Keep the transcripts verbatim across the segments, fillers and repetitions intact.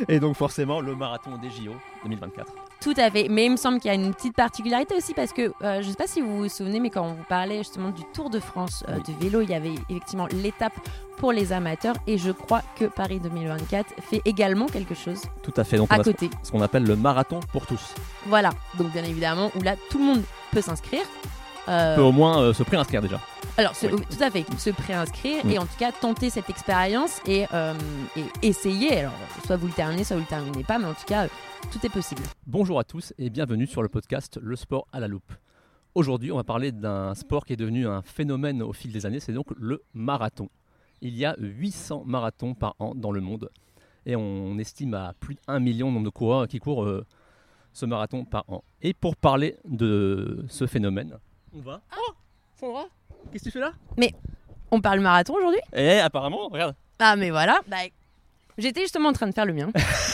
Et donc forcément le marathon des J O deux mille vingt-quatre. Tout à fait, mais il me semble qu'il y a une petite particularité aussi parce que euh, je ne sais pas si vous vous souvenez, mais quand on vous parlait justement du Tour de France euh, Oui. de vélo, il y avait effectivement l'étape pour les amateurs et je crois que Paris deux mille vingt-quatre fait également quelque chose Tout à fait, donc à on a côté. ce qu'on appelle le marathon pour tous. Voilà, donc bien évidemment où là tout le monde peut s'inscrire. Euh, On peut au moins euh, se préinscrire déjà. Alors, ce- Oui. oui, tout à fait, se préinscrire Mm. et en tout cas tenter cette expérience et, euh, et essayer. Alors, soit vous le terminez, soit vous le terminez pas, mais en tout cas, euh, tout est possible. Bonjour à tous et bienvenue sur le podcast Le Sport à la Loupe. Aujourd'hui, on va parler d'un sport qui est devenu un phénomène au fil des années, c'est donc le marathon. Il y a huit cents marathons par an dans le monde et on estime à plus d'un million le nombre de coureurs qui courent euh, ce marathon par an. Et pour parler de ce phénomène, on va... Oh Sandra, qu'est-ce que tu fais là? On parle marathon aujourd'hui? Eh, apparemment, regarde. Ah, mais voilà, bah, j'étais justement en train de faire le mien.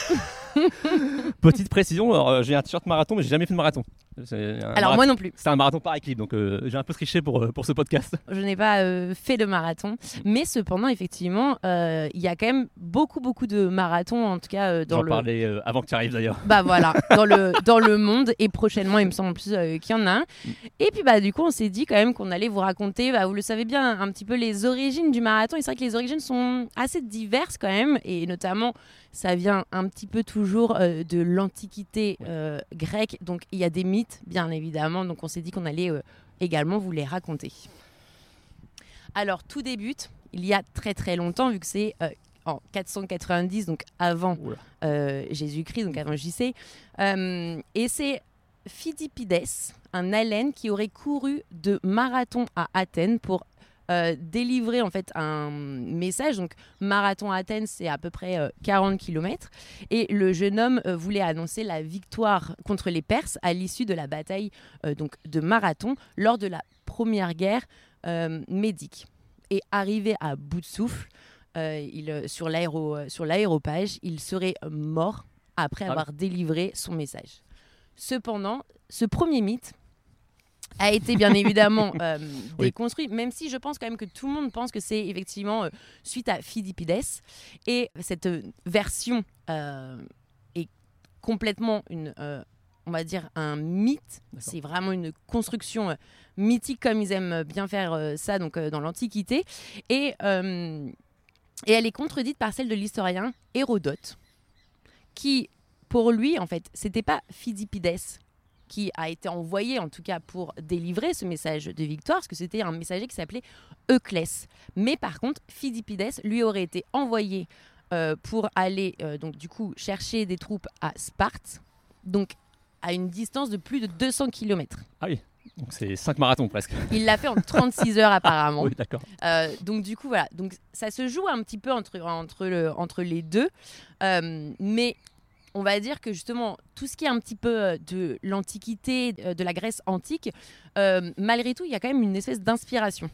Petite précision, alors, euh, j'ai un t-shirt marathon, mais j'ai jamais fait de marathon. C'est un Alors, marathon- moi non plus. C'est un marathon par équipe, donc euh, j'ai un peu triché pour, euh, pour ce podcast. Je n'ai pas euh, fait de marathon, mais cependant, effectivement, euh, il y a quand même beaucoup, beaucoup de marathons, en tout cas euh, dans J'en le. parlais euh, avant que tu arrives d'ailleurs. Bah voilà, dans le, dans le monde et prochainement, il me semble en plus euh, qu'il y en a un. Et puis bah du coup, on s'est dit quand même qu'on allait vous raconter, bah, vous le savez bien, un petit peu les origines du marathon. Et c'est vrai que les origines sont assez diverses quand même, et notamment, ça vient un petit peu toujours euh, de l'Antiquité euh, grecque. Donc il y a des mythes, bien évidemment. Donc on s'est dit qu'on allait euh, également vous les raconter. Alors tout débute il y a très très longtemps, vu que c'est euh, en quatre cent quatre-vingt-dix, donc avant Oula. euh, Jésus-Christ, donc avant J C. Euh, et c'est Phidippides, un Hellène qui aurait couru de marathon à Athènes pour euh, délivrer en fait un message. Donc marathon à Athènes, c'est à peu près euh, quarante kilomètres. Et le jeune homme euh, voulait annoncer la victoire contre les Perses à l'issue de la bataille euh, donc, de Marathon lors de la première guerre euh, médique. Et arrivé à bout de souffle, euh, il, euh, sur, l'aéro, euh, sur l'aéropage, il serait euh, mort après Ah avoir oui. délivré son message. Cependant, ce premier mythe a été bien évidemment euh, Oui. déconstruit, même si je pense quand même que tout le monde pense que c'est effectivement euh, suite à Phidippides. Et cette euh, version euh, est complètement une... euh, on va dire un mythe, D'accord. c'est vraiment une construction euh, mythique comme ils aiment bien faire euh, ça donc, euh, dans l'Antiquité. Et, euh, et elle est contredite par celle de l'historien Hérodote, qui, pour lui, en fait, c'était pas Phidippides qui a été envoyé, en tout cas, pour délivrer ce message de victoire, parce que c'était un messager qui s'appelait Euclès. Mais par contre, Phidippides, lui, aurait été envoyé euh, pour aller, euh, donc, du coup, chercher des troupes à Sparte, donc à une distance de plus de deux cents kilomètres. Ah oui, donc c'est cinq marathons presque. Il l'a fait en trente-six heures, apparemment. Oui, d'accord. Euh, donc du coup voilà, donc ça se joue un petit peu entre, entre, le, entre les deux, euh, mais on va dire que justement tout ce qui est un petit peu euh, de l'Antiquité, euh, de la Grèce antique, euh, malgré tout il y a quand même une espèce d'inspiration.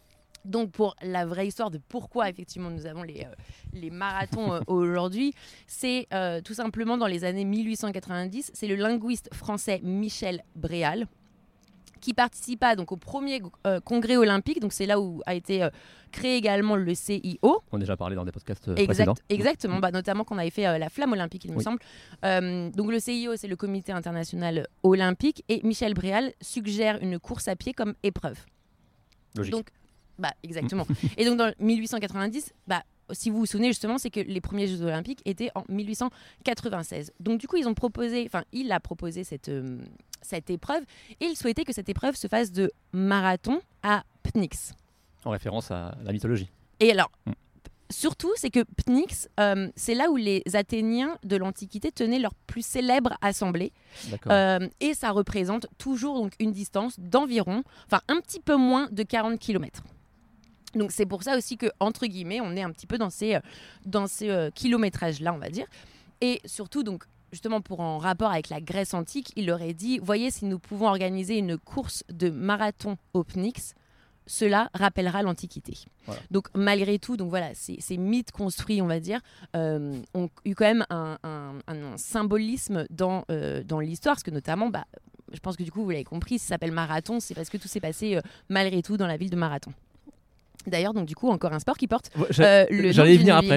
Donc pour la vraie histoire de pourquoi effectivement nous avons les, euh, les marathons euh, aujourd'hui, c'est euh, tout simplement dans les années mille huit cent quatre-vingt-dix, c'est le linguiste français Michel Bréal qui participa donc au premier euh, congrès olympique, donc c'est là où a été euh, créé également le C I O. On a déjà parlé dans des podcasts euh, Exact, précédents. exactement, bah, notamment qu'on avait fait euh, la flamme olympique, il me Oui. semble. Euh, donc le C I O, c'est le Comité international olympique, et Michel Bréal suggère une course à pied comme épreuve. Logique. Donc, bah, exactement. Et donc dans mille huit cent quatre-vingt-dix, bah, si vous vous souvenez justement, c'est que les premiers Jeux olympiques étaient en mille huit cent quatre-vingt-seize. Donc du coup, ils ont proposé, enfin, il a proposé cette, euh, cette épreuve, et il souhaitait que cette épreuve se fasse de marathon à Pnyx. En référence à la mythologie. Et alors, Mm. surtout, c'est que Pnyx, euh, c'est là où les Athéniens de l'Antiquité tenaient leur plus célèbre assemblée. D'accord. Euh, et ça représente toujours donc, une distance d'environ, enfin un petit peu moins de quarante kilomètres. Donc c'est pour ça aussi que, entre guillemets, on est un petit peu dans ces, euh, dans ces euh, kilométrages-là, on va dire. Et surtout, donc, justement, pour en rapport avec la Grèce antique, il leur aurait dit, voyez, si nous pouvons organiser une course de marathon au Pnyx, cela rappellera l'Antiquité. Voilà. Donc malgré tout, donc voilà, ces, ces mythes construits, on va dire, euh, ont eu quand même un, un, un, un symbolisme dans, euh, dans l'histoire, parce que notamment, bah, je pense que du coup, vous l'avez compris, ça s'appelle Marathon, c'est parce que tout s'est passé euh, malgré tout dans la ville de Marathon. D'ailleurs, donc du coup, encore un sport qui porte Ouais, euh, le nom J'allais y d'une venir ville. après, voilà.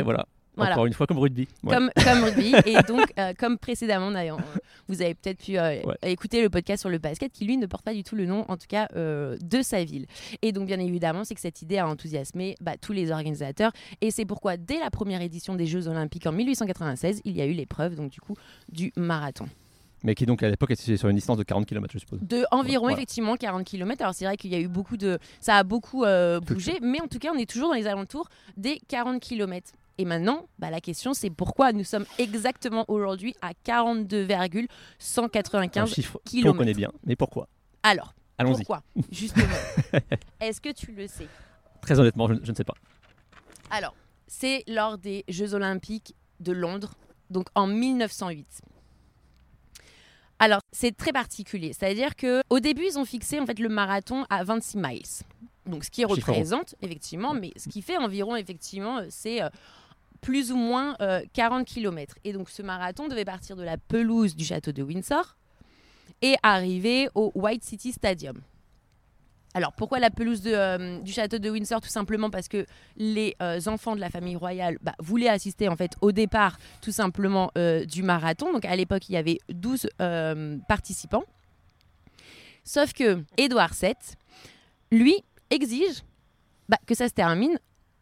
Voilà. Encore une fois, comme rugby. Ouais. Comme, comme rugby. Et donc, euh, comme précédemment, d'ailleurs, euh, vous avez peut-être pu euh, Ouais. écouter le podcast sur le basket qui, lui, ne porte pas du tout le nom, en tout cas, euh, de sa ville. Et donc, bien évidemment, c'est que cette idée a enthousiasmé bah, tous les organisateurs. Et c'est pourquoi, dès la première édition des Jeux Olympiques en mille huit cent quatre-vingt-seize, il y a eu l'épreuve, donc du coup, du marathon. Mais qui donc à l'époque était sur une distance de quarante kilomètres, je suppose. De environ, Voilà. effectivement, quarante kilomètres. Alors, c'est vrai qu'il y a eu beaucoup de... Ça a beaucoup euh, bougé, mais en tout cas, on est toujours dans les alentours des quarante kilomètres. Et maintenant, bah, la question, c'est pourquoi nous sommes exactement aujourd'hui à quarante-deux virgule cent Un quatre-vingt-quinze chiffre qu'on kilomètres. connaît bien, mais pourquoi? Alors, Allons-y. pourquoi justement? Est-ce que tu le sais? Très honnêtement, je, je ne sais pas. Alors, c'est lors des Jeux Olympiques de Londres, donc en mille neuf cent huit. Alors, c'est très particulier. C'est-à-dire qu'au début, ils ont fixé en fait, le marathon à vingt-six miles. Donc, ce qui Chiffre représente, effectivement, mais ce qui fait environ, effectivement, c'est euh, plus ou moins euh, quarante kilomètres. Et donc, ce marathon devait partir de la pelouse du château de Windsor et arriver au White City Stadium. Alors, pourquoi la pelouse de, euh, du château de Windsor? Tout simplement parce que les euh, enfants de la famille royale bah, voulaient assister en fait, au départ tout simplement euh, du marathon. Donc, à l'époque, il y avait douze euh, participants. Sauf que Édouard sept, lui, exige bah, que ça se termine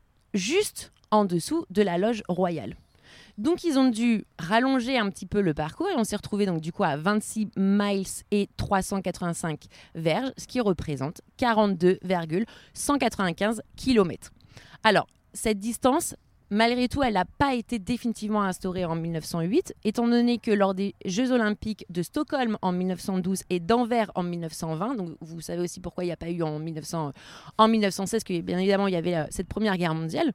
juste en dessous de la loge royale. Donc, ils ont dû rallonger un petit peu le parcours et on s'est retrouvé donc du coup à vingt-six miles et trois cent quatre-vingt-cinq verges, ce qui représente quarante-deux virgule cent quatre-vingt-quinze kilomètres. Alors, cette distance, malgré tout, elle n'a pas été définitivement instaurée en mille neuf cent huit, étant donné que lors des Jeux Olympiques de Stockholm en mille neuf cent douze et d'Anvers en mille neuf cent vingt, donc vous savez aussi pourquoi il n'y a pas eu en, mille neuf cents, en mille neuf cent seize, que bien évidemment il y avait euh, cette Première Guerre mondiale.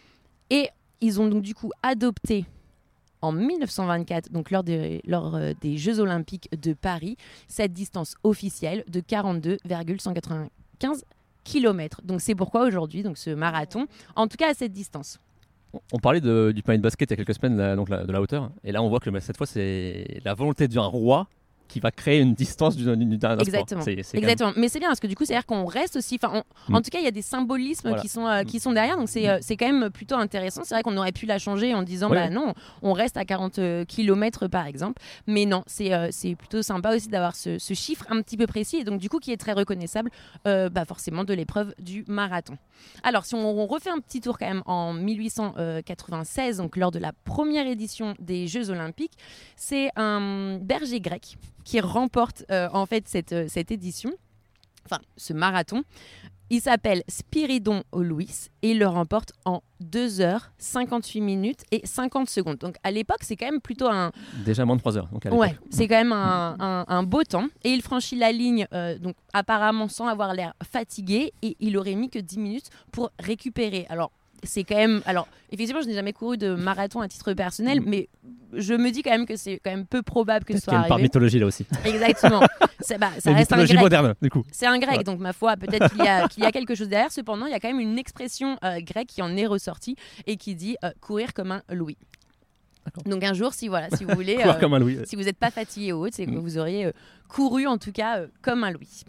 Et ils ont donc du coup adopté en mille neuf cent vingt-quatre, donc lors des, lors, euh, des Jeux Olympiques de Paris, cette distance officielle de quarante-deux virgule cent quatre-vingt-quinze kilomètres. Donc c'est pourquoi aujourd'hui, donc ce marathon, en tout cas à cette distance. On parlait de, du panier de basket il y a quelques semaines, là, donc la- de la hauteur. Et là, on voit que cette fois, c'est la volonté d'un roi qui va créer une distance du- du- d'un d'un sport. Exactement. C'est- c'est quand même- Exactement. Mais c'est bien parce que du coup, c'est-à-dire qu'on reste aussi. Enfin, on- Mm. en tout cas, il y a des symbolismes Voilà. qui sont euh, qui sont derrière. Donc c'est euh, c'est quand même plutôt intéressant. C'est vrai qu'on aurait pu la changer en disant Ouais, bah ouais. non, on reste à quarante kilomètres par exemple. Mais non, c'est euh, c'est plutôt sympa aussi d'avoir ce, ce chiffre un petit peu précis et donc du coup qui est très reconnaissable, euh, bah forcément de l'épreuve du marathon. Alors si on, on refait un petit tour quand même en mille huit cent quatre-vingt-seize, donc lors de la première édition des Jeux Olympiques, c'est un berger grec qui remporte euh, en fait cette, euh, cette édition, enfin ce marathon. Il s'appelle Spiridon Louis et il le remporte en deux heures cinquante-huit minutes et cinquante secondes. Donc à l'époque, c'est quand même plutôt un... Déjà moins de trois heures. Donc à l'époque. Ouais, c'est quand même un, un- un beau temps. Et il franchit la ligne, euh, donc apparemment sans avoir l'air fatigué. Et il aurait mis que dix minutes pour récupérer. Alors, c'est quand même... Alors, effectivement, je n'ai jamais couru de marathon à titre personnel, mais je me dis quand même que c'est quand même peu probable que ce Peut-être qu'il soit y a une part de arrivé. mythologie là aussi. Exactement. C'est, bah, ça Une reste un mythologie grec. moderne, du coup. C'est un grec, Voilà. donc ma foi, peut-être qu'il y a, qu'il y a quelque chose derrière. Cependant, il y a quand même une expression euh, grecque qui en est ressortie et qui dit euh, courir comme un louis. D'accord. Donc un jour, si, voilà, si vous voulez, Courir euh, comme un Louis. si vous n'êtes pas fatigué ou autre, c'est que Mm. vous auriez euh, couru en tout cas euh, comme un louis.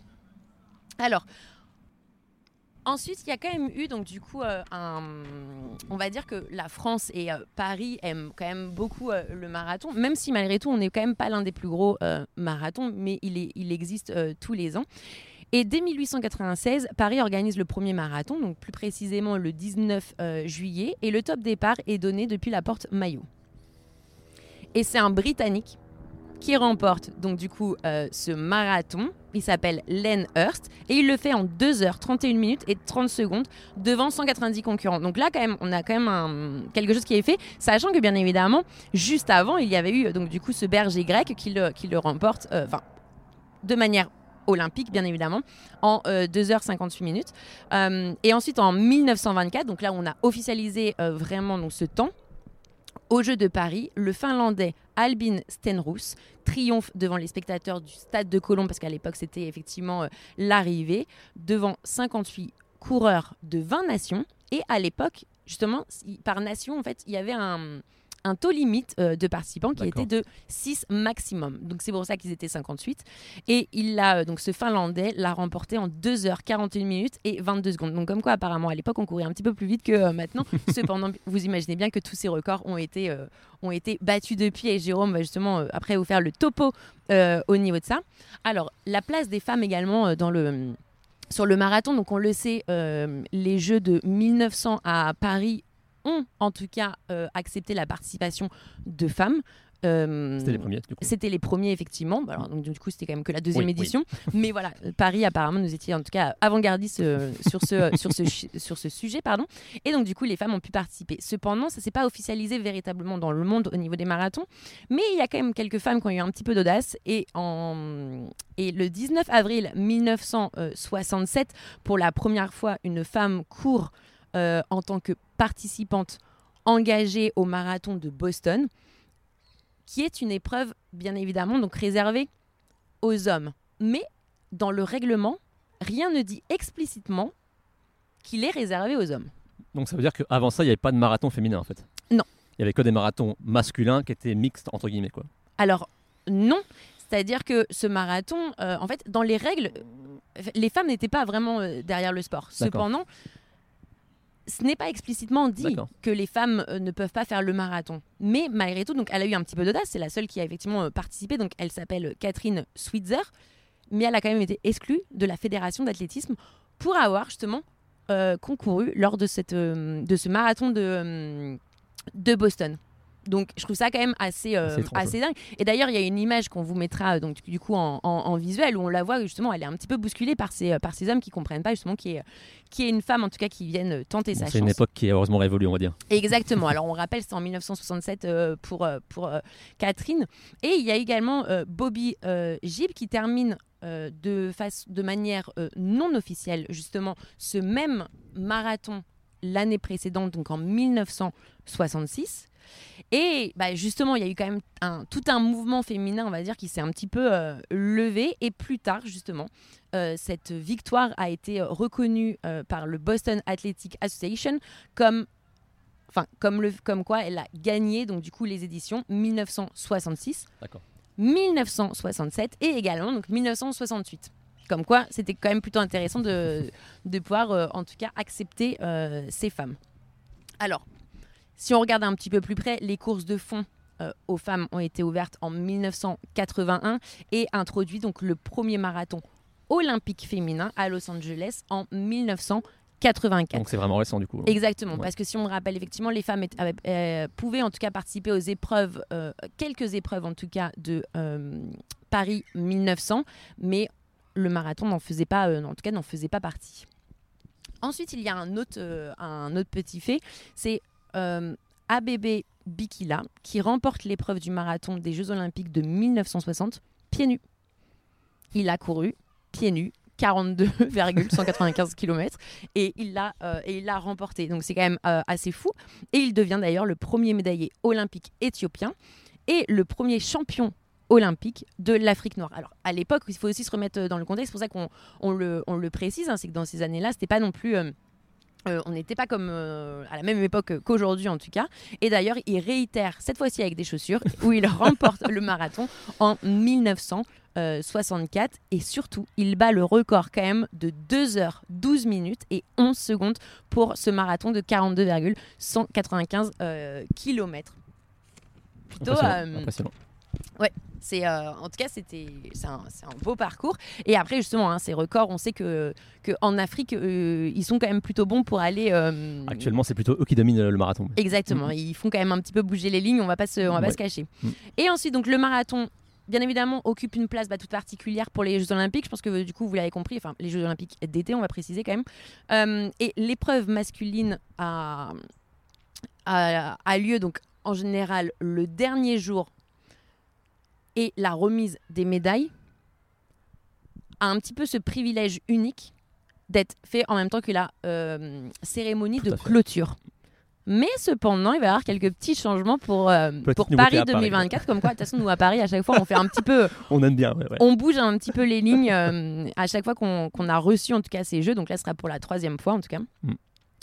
Alors, ensuite, il y a quand même eu, donc du coup, euh, un... on va dire que la France et euh, Paris aiment quand même beaucoup euh, le marathon, même si malgré tout, on n'est quand même pas l'un des plus gros euh, marathons, mais il, est, il existe euh, tous les ans. Et dès mille huit cent quatre-vingt-seize, Paris organise le premier marathon, donc plus précisément le dix-neuf euh, juillet, et le top départ est donné depuis la porte Maillot. Et c'est un Britannique qui remporte donc du coup euh, ce marathon. Il s'appelle Len Hurst et il le fait en deux heures trente et une minutes et trente secondes devant cent quatre-vingt-dix concurrents. Donc là quand même on a quand même un, quelque chose qui est fait, sachant que bien évidemment juste avant il y avait eu donc du coup ce berger grec qui le, qui le remporte euh, enfin de manière olympique bien évidemment en euh, deux heures cinquante-huit minutes. Euh, et ensuite en mille neuf cent vingt-quatre, donc là on a officialisé euh, vraiment donc, ce temps. Aux Jeux de Paris, le Finlandais Albin Stenroos triomphe devant les spectateurs du Stade de Colombes, parce qu'à l'époque, c'était effectivement euh, l'arrivée, devant cinquante-huit coureurs de vingt nations. Et à l'époque, justement, par nation, en fait, il y avait un, un taux limite euh, de participants qui D'accord. était de six maximum. Donc c'est pour ça qu'ils étaient cinquante-huit. Et il l'a, euh, donc ce Finlandais l'a remporté en deux heures quarante-et-une minutes et vingt-deux secondes. Donc comme quoi apparemment à l'époque on courait un petit peu plus vite que euh, maintenant. Cependant, vous imaginez bien que tous ces records ont été, euh, ont été battus depuis. Et Jérôme va justement euh, après vous faire le topo euh, au niveau de ça. Alors la place des femmes également euh, dans le, sur le marathon. Donc on le sait, euh, les Jeux de mille neuf cents à Paris ont en tout cas euh, accepté la participation de femmes. Euh, C'était les premiers, du coup. C'était les premiers, effectivement. Alors, donc, du coup, c'était quand même que la deuxième Oui, édition. Oui. Mais voilà, Paris, apparemment, nous étions en tout cas avant-gardistes euh, sur, ce, sur, ce, sur ce sujet. Pardon. Et donc, du coup, les femmes ont pu participer. Cependant, ça ne s'est pas officialisé véritablement dans le monde au niveau des marathons. Mais il y a quand même quelques femmes qui ont eu un petit peu d'audace. Et, en... et le dix-neuf avril mille neuf cent soixante-sept, pour la première fois, une femme court euh, en tant que participante engagée au marathon de Boston, qui est une épreuve, bien évidemment, donc réservée aux hommes. Mais dans le règlement, rien ne dit explicitement qu'il est réservé aux hommes. Donc ça veut dire qu'avant ça, il n'y avait pas de marathon féminin, en fait. Non. Il n'y avait que des marathons masculins qui étaient mixtes, entre guillemets, quoi. Alors, non. C'est-à-dire que ce marathon, euh, en fait, dans les règles, les femmes n'étaient pas vraiment euh, derrière le sport. D'accord. Cependant, ce n'est pas explicitement dit D'accord. que les femmes euh, ne peuvent pas faire le marathon. Mais malgré tout, donc, elle a eu un petit peu d'audace. C'est la seule qui a effectivement euh, participé. Donc, elle s'appelle Catherine Switzer. Mais elle a quand même été exclue de la fédération d'athlétisme pour avoir justement euh, concouru lors de, cette, euh, de ce marathon de, euh, de Boston. Donc je trouve ça quand même assez, euh, assez dingue. Et d'ailleurs, il y a une image qu'on vous mettra donc, du coup en, en, en visuel où on la voit justement, elle est un petit peu bousculée par ces, par ces hommes qui ne comprennent pas justement qui est, qui est une femme en tout cas qui viennent tenter Bon, sa c'est chance. une époque qui est heureusement révolue, on va dire. Exactement. Alors on rappelle, c'est en mille neuf cent soixante-sept euh, pour, euh, pour euh, Catherine. Et il y a également euh, Bobby euh, Gibb qui termine euh, de, face, de manière euh, non officielle justement ce même marathon l'année précédente, donc en mille neuf cent soixante-six. Et bah justement, il y a eu quand même un, tout un mouvement féminin, on va dire, qui s'est un petit peu euh, levé. Et plus tard, justement, euh, cette victoire a été reconnue euh, par le Boston Athletic Association comme, enfin, comme, le, comme quoi elle a gagné donc, du coup, les éditions mille neuf cent soixante-six, D'accord. mille neuf cent soixante-sept et également donc, mille neuf cent soixante-huit. Comme quoi, c'était quand même plutôt intéressant de, de pouvoir, euh, en tout cas, accepter euh, ces femmes. Alors, si on regarde un petit peu plus près, les courses de fond euh, aux femmes ont été ouvertes en mille neuf cent quatre-vingt-un et introduit donc le premier marathon olympique féminin à Los Angeles en mille neuf cent quatre-vingt-quatre. Donc c'est vraiment récent du coup. Exactement, Ouais. parce que si on me rappelle, effectivement, les femmes étaient, avaient, euh, pouvaient en tout cas participer aux épreuves, euh, quelques épreuves en tout cas de euh, Paris mille neuf cents, mais le marathon n'en faisait pas, euh, en tout cas n'en faisait pas partie. Ensuite, il y a un autre, euh, un autre petit fait, c'est Euh, Abebe Bikila qui remporte l'épreuve du marathon des Jeux Olympiques de mille neuf cent soixante pieds nus. Il a couru pieds nus quarante-deux virgule cent quatre-vingt-quinze kilomètres et il l'a euh, et il l'a remporté. Donc c'est quand même euh, assez fou. Et il devient d'ailleurs le premier médaillé olympique éthiopien et le premier champion olympique de l'Afrique noire. Alors à l'époque, il faut aussi se remettre dans le contexte. C'est pour ça qu'on on le, on le précise, hein, c'est que dans ces années-là, c'était pas non plus euh, Euh, on n'était pas comme euh, à la même époque qu'aujourd'hui en tout cas. Et d'ailleurs, il réitère cette fois-ci avec des chaussures où il remporte le marathon en mille neuf cent soixante-quatre. Et surtout, il bat le record quand même de deux heures douze minutes et onze secondes pour ce marathon de quarante-deux virgule cent quatre-vingt-quinze euh, kilomètres. Plutôt... Impressionnant. Euh, Impressionnant. Ouais, c'est euh, en tout cas c'était c'est un, c'est un beau parcours. Et après justement hein, ces records, on sait que, que en Afrique euh, ils sont quand même plutôt bons pour aller. Euh... Actuellement, c'est plutôt eux qui dominent le marathon. Exactement, Mmh. ils font quand même un petit peu bouger les lignes. On va pas se on va Ouais. pas se cacher. Mmh. Et ensuite donc le marathon. Bien évidemment, occupe une place bah, toute particulière pour les Jeux Olympiques. Je pense que du coup, vous l'avez compris. Enfin, les Jeux Olympiques d'été, on va préciser quand même. Euh, et l'épreuve masculine a, a, a lieu donc en général le dernier jour. Et la remise des médailles a un petit peu ce privilège unique d'être fait en même temps que la euh, cérémonie Tout de à fait. clôture. Mais cependant, il va y avoir quelques petits changements pour, euh, pour nouveauté Paris à Paris. deux mille vingt-quatre. Comme quoi, de toute façon, nous à Paris, à chaque fois, on fait un petit peu, On aime bien. Ouais, ouais. on bouge un petit peu les lignes euh, à chaque fois qu'on, qu'on a reçu en tout cas ces jeux. Donc là, ce sera pour la troisième fois en tout cas. Mm.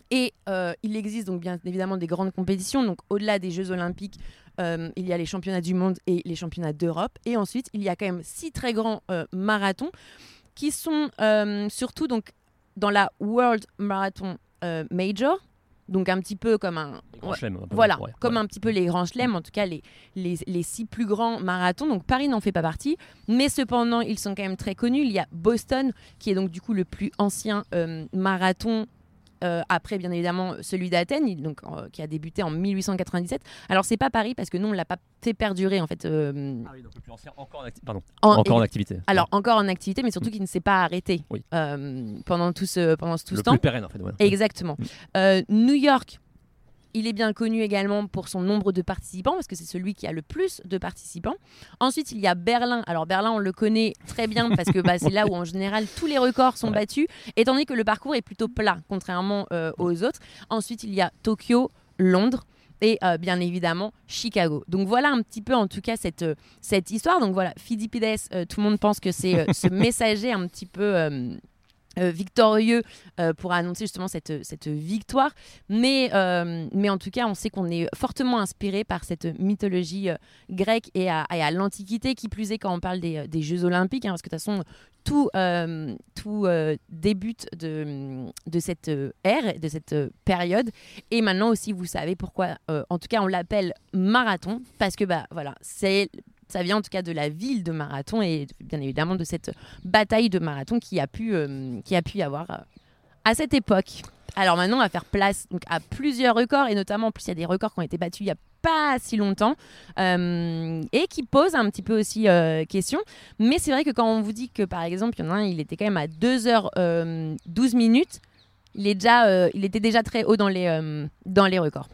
Et euh, il existe donc bien évidemment des grandes compétitions. Donc au-delà des Jeux Olympiques, euh, il y a les championnats du monde et les championnats d'Europe. Et ensuite, il y a quand même six très grands euh, marathons qui sont euh, surtout donc, dans la World Marathon euh, Major. Donc un petit peu comme un... Grands chelems, un peu, voilà, ouais, comme ouais. un petit peu les grands chelems, en tout cas les, les, les six plus grands marathons. Donc Paris n'en fait pas partie, mais cependant, ils sont quand même très connus. Il y a Boston, qui est donc du coup le plus ancien euh, marathon, euh, après bien évidemment celui d'Athènes, donc, euh, qui a débuté en mille huit cent quatre-vingt-dix-sept. Alors c'est pas Paris, parce que nous, on ne l'a pas fait perdurer en fait. Euh, Ah oui, donc le plus ancien encore en, acti- Pardon, en, encore en et, activité. alors encore en activité, mais surtout qui ne s'est pas arrêté Oui. euh, pendant tout ce, pendant tout le ce temps. plus pérenne en fait. Ouais. Exactement. Mm. Euh, New York, il est bien connu également pour son nombre de participants, parce que c'est celui qui a le plus de participants. Ensuite, il y a Berlin. Alors Berlin, on le connaît très bien parce que bah, c'est là où en général tous les records sont Ouais. battus, étant donné que le parcours est plutôt plat, contrairement euh, aux autres. Ensuite, il y a Tokyo, Londres et euh, bien évidemment Chicago. Donc voilà un petit peu en tout cas cette, euh, cette histoire. Donc voilà, Philippides, euh, tout le monde pense que c'est euh, ce messager un petit peu... Euh, Euh, victorieux euh, pour annoncer justement cette, cette victoire, mais, euh, mais en tout cas on sait qu'on est fortement inspiré par cette mythologie euh, grecque et à, et à l'Antiquité, qui plus est quand on parle des, des Jeux Olympiques, hein, parce que de toute façon tout, euh, tout euh, débute de, de cette euh, ère, de cette euh, période. Et maintenant aussi vous savez pourquoi euh, en tout cas on l'appelle marathon, parce que bah, voilà, c'est... Ça vient en tout cas de la ville de Marathon et bien évidemment de cette bataille de Marathon qui a pu, euh, qui a pu y avoir euh, à cette époque. Alors maintenant, on va faire place donc, à plusieurs records, et notamment en plus, il y a des records qui ont été battus il n'y a pas si longtemps euh, et qui posent un petit peu aussi euh, question. Mais c'est vrai que quand on vous dit que par exemple, il y en a un, il était quand même à deux heures douze minutes, il, est déjà, euh, il était déjà très haut dans les, euh, dans les records.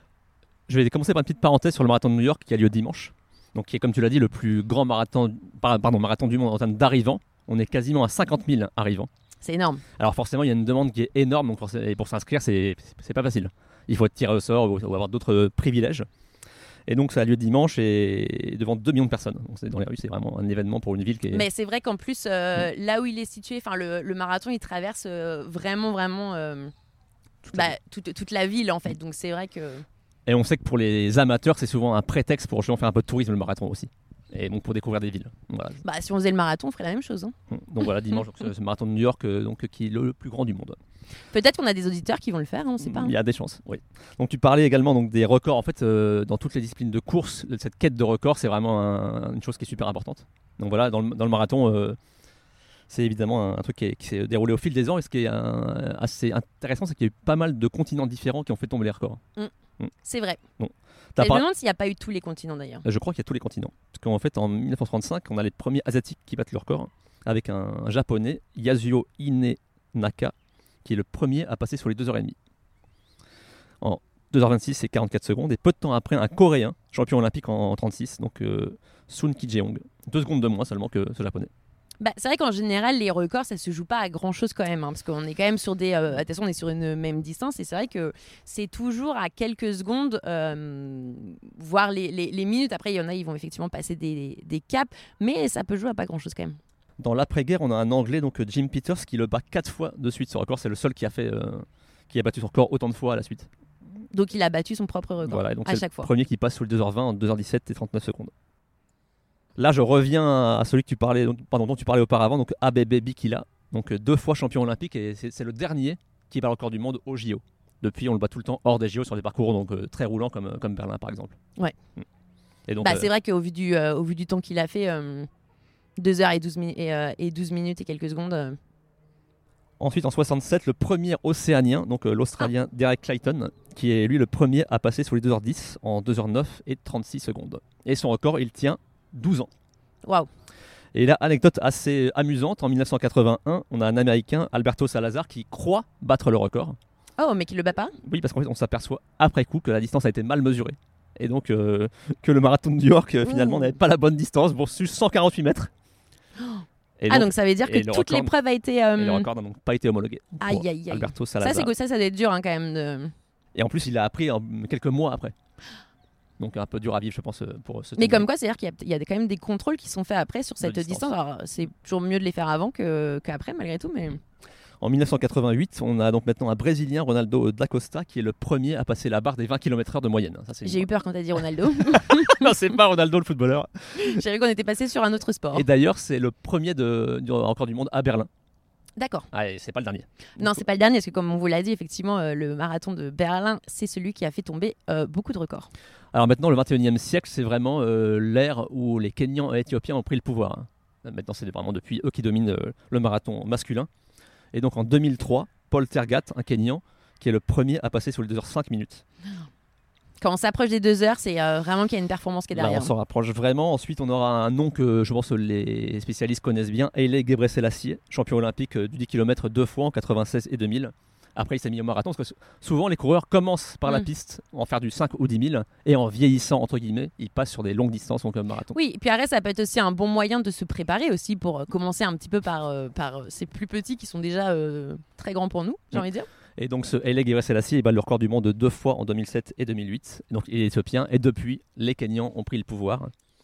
Je vais commencer par une petite parenthèse sur le marathon de New York qui a lieu dimanche. Donc, qui est, comme tu l'as dit, le plus grand marathon, pardon, marathon du monde en termes d'arrivants. On est quasiment à cinquante mille arrivants. C'est énorme. Alors forcément, il y a une demande qui est énorme, donc pour, et pour s'inscrire, c'est, c'est pas facile. Il faut être tiré au sort ou, ou avoir d'autres privilèges. Et donc ça a lieu dimanche et devant deux millions de personnes. Donc c'est dans les rues, c'est vraiment un événement pour une ville qui est... Mais c'est vrai qu'en plus, euh, mmh. là où il est situé, le, le marathon, il traverse euh, vraiment, vraiment euh, toute, bah, la toute, toute la ville en fait. Donc c'est vrai que... Et on sait que pour les amateurs, c'est souvent un prétexte pour justement faire un peu de tourisme, le marathon aussi. Et donc pour découvrir des villes. Voilà. Bah, si on faisait le marathon, on ferait la même chose. Hein. Donc voilà, dimanche, donc, ce marathon de New York, euh, donc, qui est le, le plus grand du monde. Peut-être qu'on a des auditeurs qui vont le faire, hein, on ne sait pas. Hein. Il y a des chances, oui. Donc tu parlais également donc, des records. En fait, euh, dans toutes les disciplines de course, cette quête de records, c'est vraiment un, une chose qui est super importante. Donc voilà, dans le, dans le marathon, euh, c'est évidemment un, un truc qui, est, qui s'est déroulé au fil des ans. Et ce qui est un, assez intéressant, c'est qu'il y a eu pas mal de continents différents qui ont fait tomber les records. Mmh. Mmh. C'est vrai. Bon. Je me demande s'il n'y a pas eu tous les continents d'ailleurs. Je crois qu'il y a tous les continents. Parce qu'en fait, en mille neuf cent trente-cinq, on a les premiers asiatiques qui battent le record avec un, un japonais, Yasuo Inenaka, qui est le premier à passer sur les deux heures trente. En deux heures vingt-six et quarante-quatre secondes. Et peu de temps après, un coréen, champion olympique en, en trente-six, donc euh, Sun Ki-jeong. Deux secondes de moins seulement que ce japonais. Bah, c'est vrai qu'en général, les records, ça se joue pas à grand chose quand même, hein, parce qu'on est quand même sur des. Euh, attention, on est sur une même distance, et c'est vrai que c'est toujours à quelques secondes, euh, voire les, les, les minutes. Après, il y en a, ils vont effectivement passer des, des caps, mais ça peut jouer à pas grand chose quand même. Dans l'après-guerre, on a un Anglais, donc Jim Peters, qui le bat quatre fois de suite ce record. C'est le seul qui a fait, euh, qui a battu son record autant de fois à la suite. Donc il a battu son propre record voilà, donc à c'est chaque le fois. Premier qui passe sous les deux heures vingt en deux heures dix-sept et trente-neuf secondes. Là, je reviens à celui que tu parlais, pardon, dont tu parlais auparavant, donc Abebe Bikila, donc deux fois champion olympique, et c'est, c'est le dernier qui bat le record du monde au J O. Depuis, on le bat tout le temps hors des J O sur des parcours donc, euh, très roulants comme, comme Berlin par exemple. Ouais. Et donc, bah, euh, c'est vrai qu'au vu du, euh, au vu du temps qu'il a fait, euh, deux heures et douze, mi- et, euh, et douze minutes et quelques secondes. Euh... Ensuite, en soixante-sept, le premier océanien, donc euh, l'Australien ah. Derek Clayton, qui est lui le premier à passer sous les deux heures dix en deux heures neuf et trente-six secondes. Et son record, il tient douze ans. Waouh. Et là, anecdote assez amusante, en mille neuf cent quatre-vingt-un, on a un Américain, Alberto Salazar, qui croit battre le record. Oh, mais qui le bat pas ? Oui, parce qu'en fait, on s'aperçoit après coup que la distance a été mal mesurée. Et donc, euh, que le marathon de New York, euh, finalement, Ouh. n'avait pas la bonne distance, pour cent quarante-huit mètres. Et ah, donc, donc ça veut dire que toute record, l'épreuve a été... Euh... Et le record n'a donc pas été homologué. Aïe, aïe, aïe. Alberto Salazar. Ça, c'est, ça, ça doit être dur hein, quand même. De... Et en plus, il l'a appris en quelques mois après. Donc un peu dur à vivre, je pense, pour ce. Mais comme quoi, c'est-à-dire qu'il y a, il y a quand même des contrôles qui sont faits après sur cette distance. distance. Alors, c'est toujours mieux de les faire avant que, qu'après, malgré tout. Mais... En mille neuf cent quatre-vingt-huit, on a donc maintenant un Brésilien, Ronaldo da Costa, qui est le premier à passer la barre des vingt kilomètres heure de moyenne. Ça, c'est J'ai eu peur quand t'as dit Ronaldo. Non, c'est pas Ronaldo le footballeur. J'ai cru qu'on était passé sur un autre sport. Et d'ailleurs, c'est le premier de, du record du monde à Berlin. D'accord. Ah, et c'est pas le dernier. Non, c'est pas le dernier, parce que comme on vous l'a dit, effectivement, euh, le marathon de Berlin, c'est celui qui a fait tomber euh, beaucoup de records. Alors maintenant, le vingt et unième siècle, c'est vraiment euh, l'ère où les Kenyans et Éthiopiens ont pris le pouvoir. Maintenant, c'est vraiment depuis eux qui dominent euh, le marathon masculin. Et donc en deux mille trois, Paul Tergat, un Kenyan, qui est le premier à passer sous les deux heures cinq minutes. Quand on s'approche des deux heures, c'est euh, vraiment qu'il y a une performance qui est derrière. Là, on s'en rapproche vraiment. Ensuite, on aura un nom que je pense que les spécialistes connaissent bien, Haile Gebrselassie, champion olympique du dix kilomètres deux fois en quatre-vingt-seize et deux mille. Après, il s'est mis au marathon, parce que souvent, les coureurs commencent par la Mm. piste, en faire du cinq ou dix mille, et en vieillissant, entre guillemets, ils passent sur des longues distances, donc le marathon. Oui, et puis après, ça peut être aussi un bon moyen de se préparer aussi pour euh, commencer un petit peu par, euh, par euh, ces plus petits qui sont déjà euh, très grands pour nous, j'ai Mm. envie de dire. Et donc, ce Haile Gebrselassie, il bat le record du monde deux fois en deux mille sept et deux mille huit. Donc, il est éthiopien, et depuis, les Kenyans ont pris le pouvoir.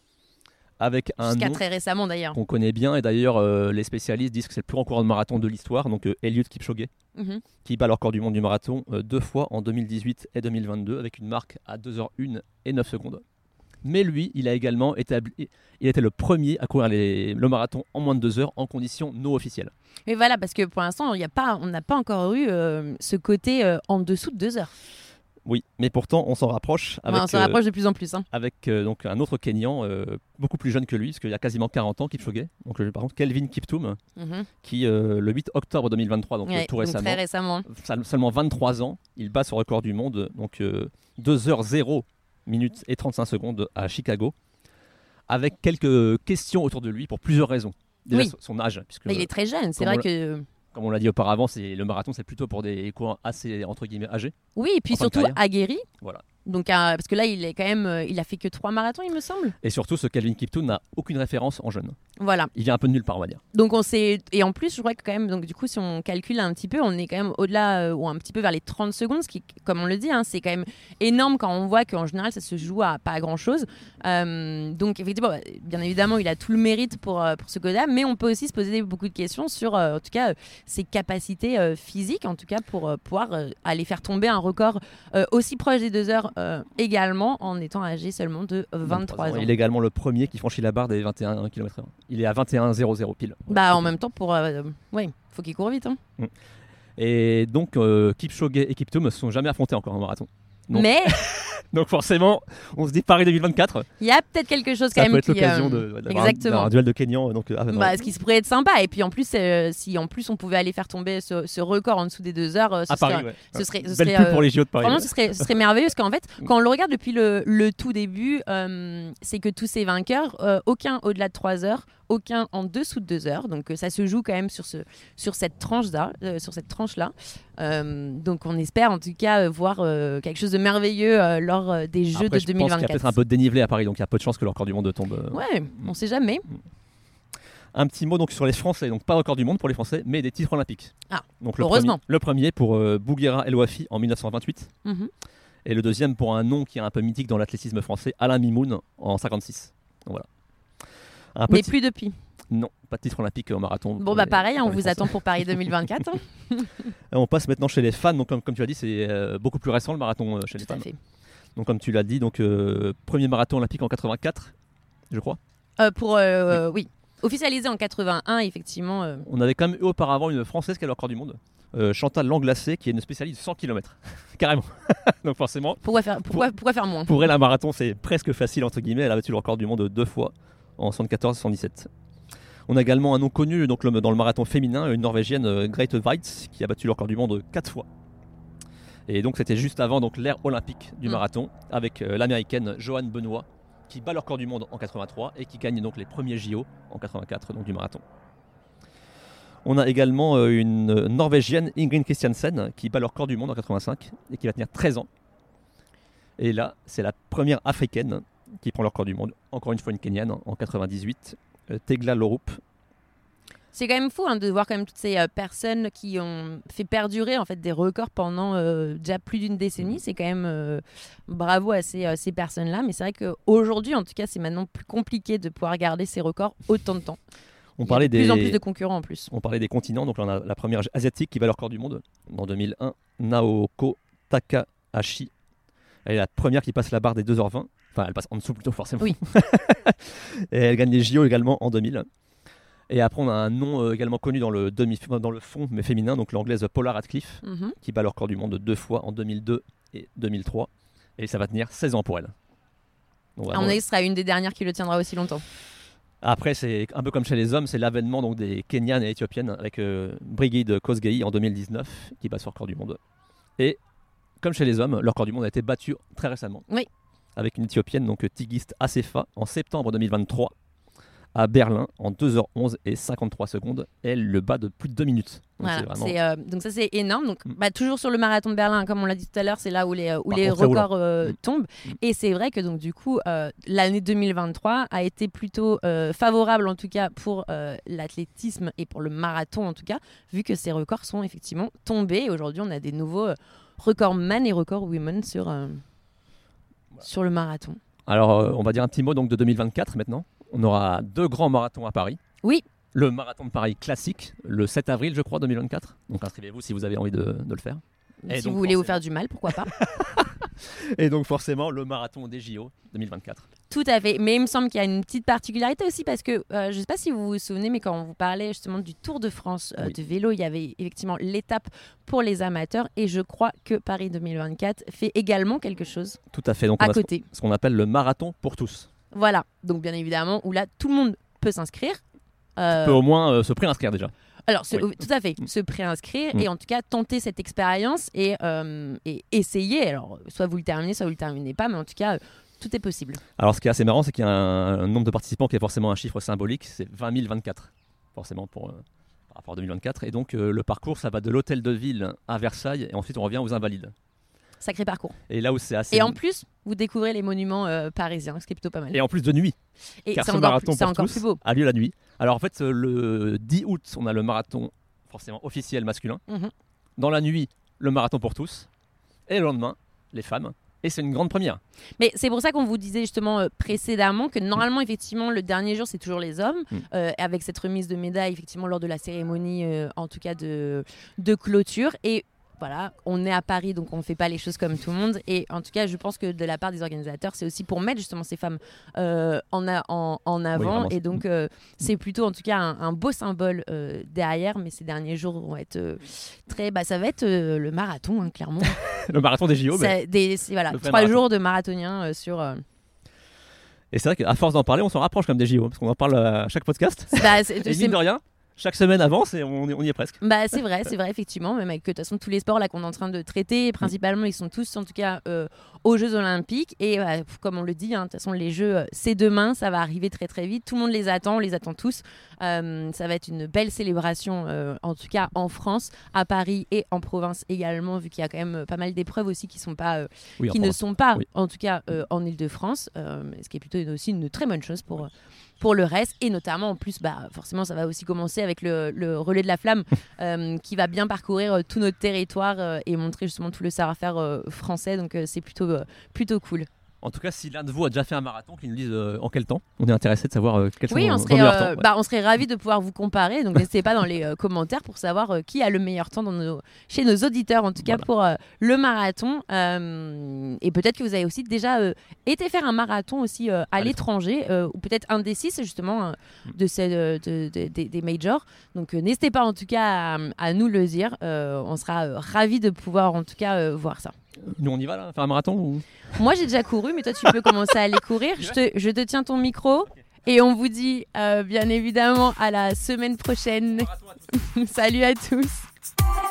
Avec un Jusqu'à nom très récemment d'ailleurs. qu'on connaît bien, et d'ailleurs, euh, les spécialistes disent que c'est le plus grand coureur de marathon de l'histoire, donc euh, Eliud Kipchoge, Mhm. qui bat le record du monde du marathon euh, deux fois en deux mille dix-huit et deux mille vingt-deux avec une marque à deux heures une et neuf secondes. Mais lui, il a également établi, il a été le premier à courir les- le marathon en moins de deux heures en conditions non officielles. Mais voilà, parce que pour l'instant, il y a pas, on n'a pas encore eu euh, ce côté euh, en dessous de deux heures. Oui, mais pourtant on s'en rapproche avec, Ouais, on se euh, rapproche de plus en plus. Hein. avec euh, donc un autre Kenyan euh, beaucoup plus jeune que lui, parce qu'il y a quasiment quarante ans, Kipchoge. Donc euh, par contre Kelvin Kiptoum, Mhm. qui euh, le huit octobre deux mille vingt-trois, donc euh, Ouais, tout donc récemment, très récemment. Seul- seulement vingt-trois ans, il bat son record du monde, donc euh, deux heures zéro minutes et trente-cinq secondes à Chicago, avec quelques questions autour de lui pour plusieurs raisons. Déjà Oui. son âge, puisque Mais il est très jeune, c'est comme vrai on que. comme on l'a dit auparavant, c'est, le marathon c'est plutôt pour des coureurs assez entre guillemets âgés. Oui, et puis en fin de surtout carrière. aguerri. Voilà. Donc, euh, parce que là, il est quand même, euh, il a fait que trois marathons, il me semble. Et surtout, ce Kelvin Kiptoum n'a aucune référence en jeune. Voilà. Il vient un peu de nulle part, on va dire. Donc on s'est et en plus je crois que quand même donc du coup si on calcule un petit peu on est quand même au-delà euh, ou un petit peu vers les trente secondes ce qui comme on le dit hein, c'est quand même énorme quand on voit qu'en général ça se joue à pas grand chose euh, donc effectivement bah, bien évidemment il a tout le mérite pour, euh, pour ce côté-là mais on peut aussi se poser beaucoup de questions sur euh, en tout cas euh, ses capacités euh, physiques en tout cas pour euh, pouvoir euh, aller faire tomber un record euh, aussi proche des deux heures euh, également en étant âgé seulement de vingt-trois ans. Il est également le premier qui franchit la barre des vingt et un kilomètres heure. Il est à vingt et un zéro zéro pile. Bah en même temps pour euh, ouais faut qu'il court vite hein. Et donc euh, Kipchoge et Kiptoum ne se sont jamais affrontés encore en marathon. Donc, Mais donc forcément, on se dit Paris deux mille vingt-quatre, il y a peut-être quelque chose quand ça peut même être qui, l'occasion euh, de, d'avoir un, exactement. d'avoir un duel de Kenyans. Donc, euh, ah, non. Bah, ce qui se pourrait être sympa. Et puis en plus, euh, si en plus on pouvait aller faire tomber ce, ce record en dessous des deux heures, euh, ce à serait, Paris, ouais. ce serait, ce Belle serait, pub euh, pour les J O de Paris. Vraiment, ouais. ce serait, ce serait merveilleux parce qu'en fait, quand on le regarde depuis le, le tout début, euh, c'est que tous ces vainqueurs, euh, aucun au-delà de trois heures, aucun en dessous de deux heures. Donc euh, ça se joue quand même sur, ce, sur cette tranche-là. Euh, sur cette tranche-là. Euh, donc on espère en tout cas euh, voir euh, quelque chose de merveilleux euh, lors euh, des Jeux Après, de je deux mille pense qu'il y a vingt-quatre. peut-être un peu de dénivelé à Paris, donc il y a peu de chances que le record du monde tombe. euh. Ouais, on sait jamais. Un petit mot donc sur les Français, donc pas record du monde pour les Français, mais des titres olympiques. Ah, donc le heureusement. Premier, le premier pour euh, Bouguera El Wafi en mille neuf cent vingt-huit, Mhm. et le deuxième pour un nom qui est un peu mythique dans l'athlétisme français, Alain Mimoun en cinquante-six. Donc voilà. Un Mais petit... plus depuis. Non, pas de titre olympique au marathon. Bon pour bah les- pareil, hein, pour on les vous Français. attend pour Paris deux mille vingt-quatre. hein. On passe maintenant chez les fans, donc comme, comme tu as dit, c'est euh, beaucoup plus récent le marathon euh, chez les Tout à fans. fait. Donc comme tu l'as dit, donc euh, premier marathon olympique en quatre-vingt-quatre, je crois. Euh, pour euh, oui. Officialisé en quatre-vingt-un, effectivement. euh, On avait quand même eu auparavant une Française qui a le record du monde, euh, Chantal Langlacé, qui est une spécialiste de cent kilomètres. Carrément. Donc forcément, Pourquoi faire, pourquoi, pourquoi faire moins pour elle, un marathon, c'est presque facile, entre guillemets. Elle a battu le record du monde deux fois, en soixante-quatorze et soixante-dix-sept. On a également un nom connu donc, le- dans le marathon féminin, une Norvégienne, euh, Grete Waitz, qui a battu le record du monde quatre fois. Et donc c'était juste avant donc, l'ère olympique du Mm. marathon, avec euh, l'américaine Johanne Benoît, qui bat le record du monde en quatre-vingt-trois et qui gagne donc les premiers J O en quatre-vingt-quatre, donc du marathon. On a également euh, une euh, Norvégienne, Ingrid Christiansen, qui bat le record du monde en quatre-vingt-cinq et qui va tenir treize ans. Et là, c'est la première africaine qui prend le record du monde, encore une fois une Kenyane, en quatre-vingt-dix-huit, euh, Tegla Loroup. C'est quand même fou hein, de voir quand même toutes ces euh, personnes qui ont fait perdurer en fait des records pendant euh, déjà plus d'une décennie. C'est quand même euh, bravo à ces, euh, ces personnes-là. Mais c'est vrai qu'aujourd'hui, en tout cas, c'est maintenant plus compliqué de pouvoir garder ces records autant de temps. On Il y a parlait de plus en des- plus de concurrents en plus. On parlait des continents, donc là on a la première asiatique qui bat le record du monde en deux mille un, Naoko Takahashi. Elle est la première qui passe la barre des deux heures vingt. Enfin, elle passe en dessous plutôt, forcément. Oui. Et elle gagne les J O également en deux mille. Et après, on a un nom euh, également connu dans le, demi, dans le fond, mais féminin, donc l'anglaise Paula Radcliffe, Mhm. qui bat le record du monde deux fois en deux mille deux et deux mille trois. Et ça va tenir seize ans pour elle. Donc, À vraiment, mon avis, ce sera une des dernières qui le tiendra aussi longtemps. Après, c'est un peu comme chez les hommes, c'est l'avènement donc, des Kenyanes et Éthiopiennes avec euh, Brigid Kosgei en deux mille dix-neuf qui bat ce record du monde. Et comme chez les hommes, le record du monde a été battu très récemment. Oui. Avec une Éthiopienne, donc Tigist Assefa, en septembre deux mille vingt-trois à Berlin en deux heures onze et cinquante-trois secondes. Elle le bat de plus de deux minutes. Donc, Voilà, c'est vraiment- c'est, euh, donc ça c'est énorme. Donc Mm. bah, toujours sur le marathon de Berlin, comme on l'a dit tout à l'heure, c'est là où les, euh, où Par les contre, très records euh, Mm. tombent. Mm. Et c'est vrai que donc du coup euh, l'année deux mille vingt-trois a été plutôt euh, favorable en tout cas pour euh, l'athlétisme et pour le marathon en tout cas, vu que ces records sont effectivement tombés. Et aujourd'hui on a des nouveaux euh, records man et records women sur euh, sur le marathon. Alors, euh, on va dire un petit mot donc, de deux mille vingt-quatre maintenant. On aura deux grands marathons à Paris. Oui. Le marathon de Paris classique, le sept avril, je crois, deux mille vingt-quatre. Donc inscrivez-vous si vous avez envie de, de le faire. Et si donc, vous voulez vous forcément- faire du mal, pourquoi pas. Et donc forcément, le marathon des J O deux mille vingt-quatre. Tout à fait. Mais il me semble qu'il y a une petite particularité aussi parce que euh, je ne sais pas si vous vous souvenez, mais quand on vous parlait justement du Tour de France euh, Oui. de vélo, il y avait effectivement l'étape pour les amateurs et je crois que Paris deux mille vingt-quatre fait également quelque chose Tout à fait. Donc à on a ce- côté. ce qu'on appelle le marathon pour tous. Voilà. Donc bien évidemment, où là tout le monde peut s'inscrire. Euh, On peut au moins euh, se préinscrire déjà. Alors, se- Oui. tout à fait, se préinscrire Mm. et en tout cas tenter cette expérience et, euh, et essayer. Alors, soit vous le terminez, soit vous le terminez pas, mais en tout cas, euh, tout est possible. Alors ce qui est assez marrant, c'est qu'il y a un, un nombre de participants qui est forcément un chiffre symbolique, c'est vingt mille vingt-quatre, forcément pour, euh, par rapport à deux mille vingt-quatre. Et donc euh, le parcours, ça va de l'hôtel de ville à Versailles et ensuite on revient aux Invalides. Sacré parcours. Et là où c'est assez... Et en plus, vous découvrez les monuments euh, parisiens, ce qui est plutôt pas mal. Et en plus de nuit. Et Car c'est ce encore, marathon plus, c'est pour encore tous plus beau. a lieu la nuit. Alors en fait, euh, le dix août, on a le marathon forcément officiel masculin. Mhm. Dans la nuit, le marathon pour tous. Et le lendemain, les femmes. Et c'est une grande première. Mais c'est pour ça qu'on vous disait justement euh, précédemment que normalement, effectivement, le dernier jour, c'est toujours les hommes, Mm. euh, avec cette remise de médaille, effectivement, lors de la cérémonie, euh, en tout cas de, de clôture. Et voilà, on est à Paris, donc on ne fait pas les choses comme tout le monde. Et en tout cas, je pense que de la part des organisateurs, c'est aussi pour mettre justement ces femmes euh, en, a- en, en avant. vraiment, et c'est- donc, euh, c'est plutôt en tout cas un, un beau symbole euh, derrière. Mais ces derniers jours vont être euh, très. Bah, ça va être euh, le marathon, hein, clairement. Le marathon des J O. mais- Ça- des, c'est- voilà, le vrai trois marathon. jours de marathoniens euh, sur. euh, Et c'est vrai qu'à force d'en parler, on s'en rapproche quand même des J O. Parce qu'on en parle à chaque podcast. bah, c'est- Et c'est- mine de rien, chaque semaine avance et on, y- on y est presque. Bah, c'est vrai, c'est vrai, effectivement. Même avec que, de toute façon, tous les sports là qu'on est en train de traiter, principalement, ils sont tous, en tout cas, euh, aux Jeux Olympiques. Et bah, comme on le dit, hein, de toute façon, les Jeux, euh, c'est demain, ça va arriver très, très vite. Tout le monde les attend, on les attend tous. Euh, ça va être une belle célébration, euh, en tout cas en France, à Paris et en province également, vu qu'il y a quand même pas mal d'épreuves aussi qui, sont pas, euh, Oui, qui enfin, ne sont pas, oui. en tout cas, euh, en Ile-de-France. euh, ce qui est plutôt aussi une très bonne chose pour. pour le reste, et notamment en plus, bah, forcément ça va aussi commencer avec le, le relais de la flamme euh, qui va bien parcourir euh, tout notre territoire euh, et montrer justement tout le savoir-faire euh, français, donc euh, c'est plutôt, euh, plutôt cool. En tout cas, si l'un de vous a déjà fait un marathon, qu'il nous dise euh, en quel temps. On est intéressé de savoir euh, quels Oui, sont on vos serait, meilleurs euh, temps. Ouais. bah, on serait ravis de pouvoir vous comparer, donc n'hésitez pas dans les euh, commentaires pour savoir euh, qui a le meilleur temps dans nos, chez nos auditeurs, en tout cas Voilà. pour euh, le marathon. Euh, et peut-être que vous avez aussi déjà euh, été faire un marathon aussi euh, à À l'étranger, euh, ou peut-être un des six justement euh, de ces, de- de- de- des- des majors. Donc euh, n'hésitez pas en tout cas à, à nous le dire. Euh, on sera euh, ravis de pouvoir en tout cas euh, voir ça. Nous, on y va là, faire un marathon ou... Moi, j'ai déjà couru, mais toi, tu peux commencer à aller courir. Je te, je te tiens ton micro et on vous dit euh, bien évidemment à la semaine prochaine. Salut à tous.